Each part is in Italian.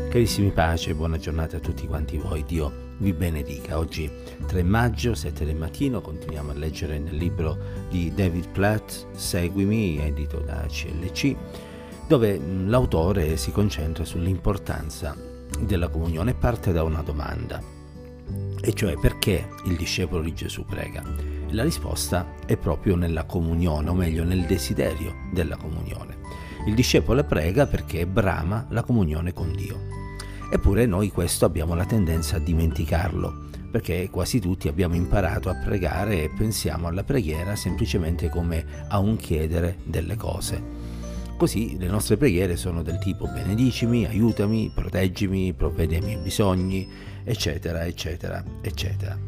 Carissimi, pace e buona giornata a tutti quanti voi. Dio vi benedica. Oggi 3 maggio, 7 del mattino, continuiamo a leggere nel libro di David Platt, Seguimi, edito da CLC, dove l'autore si concentra sull'importanza della comunione e parte da una domanda, e cioè perché il discepolo di Gesù prega? E la risposta è proprio nella comunione, o meglio nel desiderio della comunione. Il discepolo prega perché brama la comunione con Dio. Eppure noi questo abbiamo la tendenza a dimenticarlo, perché quasi tutti abbiamo imparato a pregare e pensiamo alla preghiera semplicemente come a un chiedere delle cose. Così le nostre preghiere sono del tipo benedicimi, aiutami, proteggimi, provvedi ai miei bisogni, eccetera, eccetera, eccetera.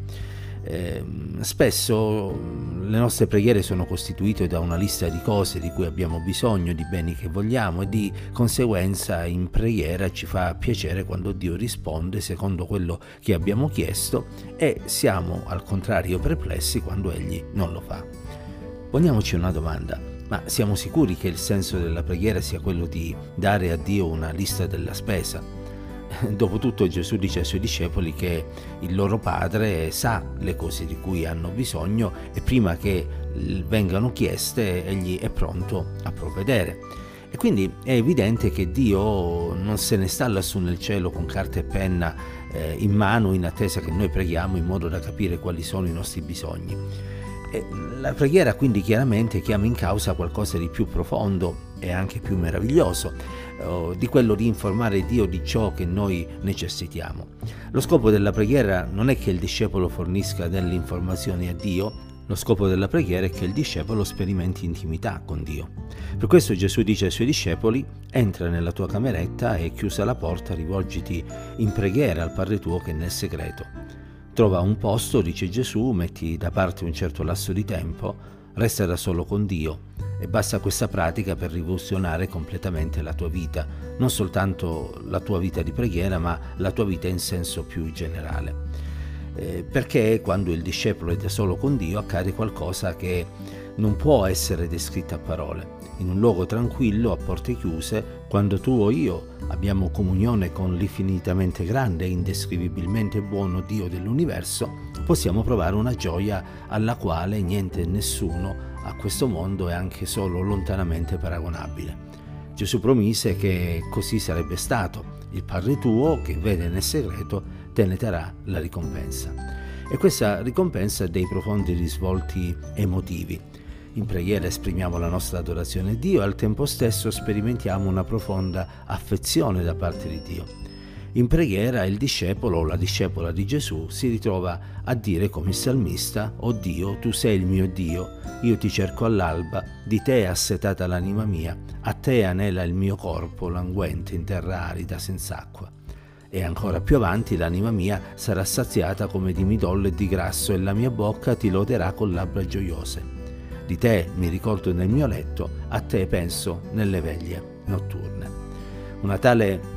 Spesso le nostre preghiere sono costituite da una lista di cose di cui abbiamo bisogno, di beni che vogliamo, e di conseguenza in preghiera ci fa piacere quando Dio risponde secondo quello che abbiamo chiesto, e siamo al contrario perplessi quando Egli non lo fa. Poniamoci una domanda: ma siamo sicuri che il senso della preghiera sia quello di dare a Dio una lista della spesa? Dopotutto Gesù dice ai suoi discepoli che il loro Padre sa le cose di cui hanno bisogno e prima che vengano chieste Egli è pronto a provvedere. E quindi è evidente che Dio non se ne sta lassù nel cielo con carta e penna in mano in attesa che noi preghiamo in modo da capire quali sono i nostri bisogni. E la preghiera quindi chiaramente chiama in causa qualcosa di più profondo e anche più meraviglioso, di quello di informare Dio di ciò che noi necessitiamo. Lo scopo della preghiera non è che il discepolo fornisca delle informazioni a Dio, lo scopo della preghiera è che il discepolo sperimenti intimità con Dio. Per questo Gesù dice ai suoi discepoli: entra nella tua cameretta e chiusa la porta rivolgiti in preghiera al Padre tuo che è nel segreto. Trova un posto, dice Gesù, metti da parte un certo lasso di tempo, resta da solo con Dio, e basta questa pratica per rivoluzionare completamente la tua vita, non soltanto la tua vita di preghiera, ma la tua vita in senso più generale. Perché quando il discepolo è da solo con Dio accade qualcosa che non può essere descritto a parole. In un luogo tranquillo, a porte chiuse, quando tu o io abbiamo comunione con l'infinitamente grande e indescrivibilmente buono Dio dell'universo, possiamo provare una gioia alla quale niente e nessuno a questo mondo è anche solo lontanamente paragonabile. Gesù promise che così sarebbe stato. Il Padre tuo, che vede nel segreto, te ne darà la ricompensa. E questa ricompensa ha dei profondi risvolti emotivi. In preghiera esprimiamo la nostra adorazione a Dio e al tempo stesso sperimentiamo una profonda affezione da parte di Dio. In preghiera il discepolo o la discepola di Gesù si ritrova a dire come il salmista: «O Dio, tu sei il mio Dio, io ti cerco all'alba, di te è assetata l'anima mia, a te anela il mio corpo, languente in terra arida senza acqua». E ancora più avanti: «L'anima mia sarà saziata come di midollo e di grasso, e la mia bocca ti loderà con labbra gioiose. Di te mi ricordo nel mio letto, a te penso nelle veglie notturne». Una tale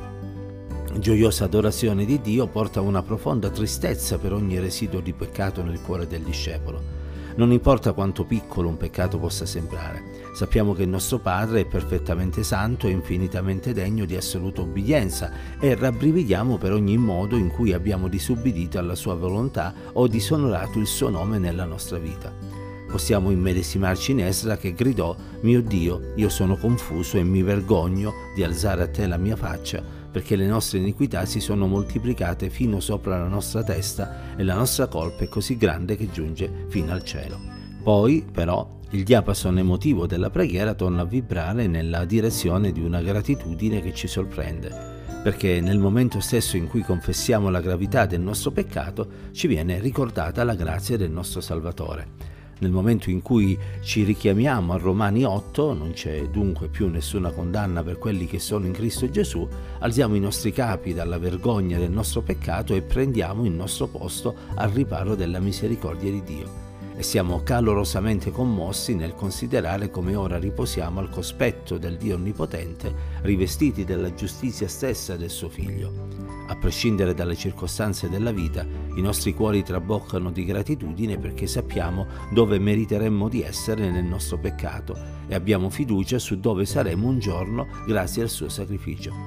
gioiosa adorazione di Dio porta una profonda tristezza per ogni residuo di peccato nel cuore del discepolo. Non importa quanto piccolo un peccato possa sembrare, sappiamo che il nostro Padre è perfettamente santo e infinitamente degno di assoluta obbedienza, e rabbrividiamo per ogni modo in cui abbiamo disubbidito alla sua volontà o disonorato il suo nome nella nostra vita. Possiamo immedesimarci in Esra che gridò: «Mio Dio, io sono confuso e mi vergogno di alzare a te la mia faccia, perché le nostre iniquità si sono moltiplicate fino sopra la nostra testa e la nostra colpa è così grande che giunge fino al cielo». Poi, però, il diapason emotivo della preghiera torna a vibrare nella direzione di una gratitudine che ci sorprende, perché nel momento stesso in cui confessiamo la gravità del nostro peccato ci viene ricordata la grazia del nostro Salvatore. Nel momento in cui ci richiamiamo a Romani 8, non c'è dunque più nessuna condanna per quelli che sono in Cristo Gesù, alziamo i nostri capi dalla vergogna del nostro peccato e prendiamo il nostro posto al riparo della misericordia di Dio. E siamo calorosamente commossi nel considerare come ora riposiamo al cospetto del Dio Onnipotente, rivestiti della giustizia stessa del suo Figlio. A prescindere dalle circostanze della vita, i nostri cuori traboccano di gratitudine perché sappiamo dove meriteremmo di essere nel nostro peccato e abbiamo fiducia su dove saremo un giorno grazie al suo sacrificio.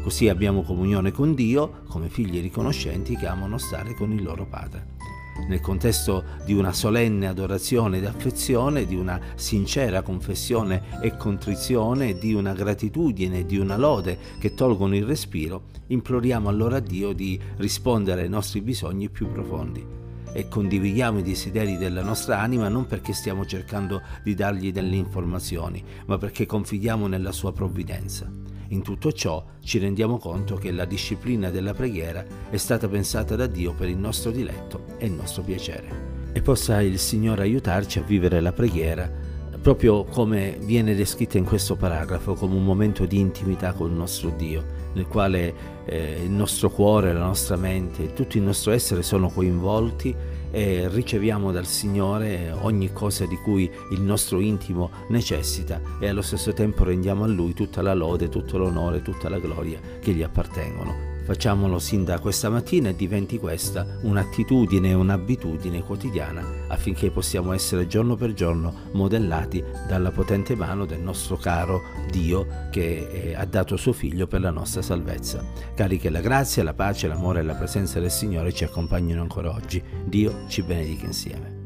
Così abbiamo comunione con Dio come figli riconoscenti che amano stare con il loro Padre. Nel contesto di una solenne adorazione ed affezione, di una sincera confessione e contrizione, di una gratitudine, di una lode che tolgono il respiro, imploriamo allora a Dio di rispondere ai nostri bisogni più profondi e condividiamo i desideri della nostra anima non perché stiamo cercando di dargli delle informazioni, ma perché confidiamo nella sua provvidenza. In tutto ciò ci rendiamo conto che la disciplina della preghiera è stata pensata da Dio per il nostro diletto e il nostro piacere. E possa il Signore aiutarci a vivere la preghiera proprio come viene descritta in questo paragrafo, come un momento di intimità con il nostro Dio, nel quale il nostro cuore, la nostra mente e tutto il nostro essere sono coinvolti e riceviamo dal Signore ogni cosa di cui il nostro intimo necessita e allo stesso tempo rendiamo a Lui tutta la lode, tutto l'onore, tutta la gloria che gli appartengono. Facciamolo sin da questa mattina e diventi questa un'attitudine e un'abitudine quotidiana affinché possiamo essere giorno per giorno modellati dalla potente mano del nostro caro Dio che ha dato suo Figlio per la nostra salvezza. Cari, che la grazia, la pace, l'amore e la presenza del Signore ci accompagnino ancora oggi. Dio ci benedica insieme.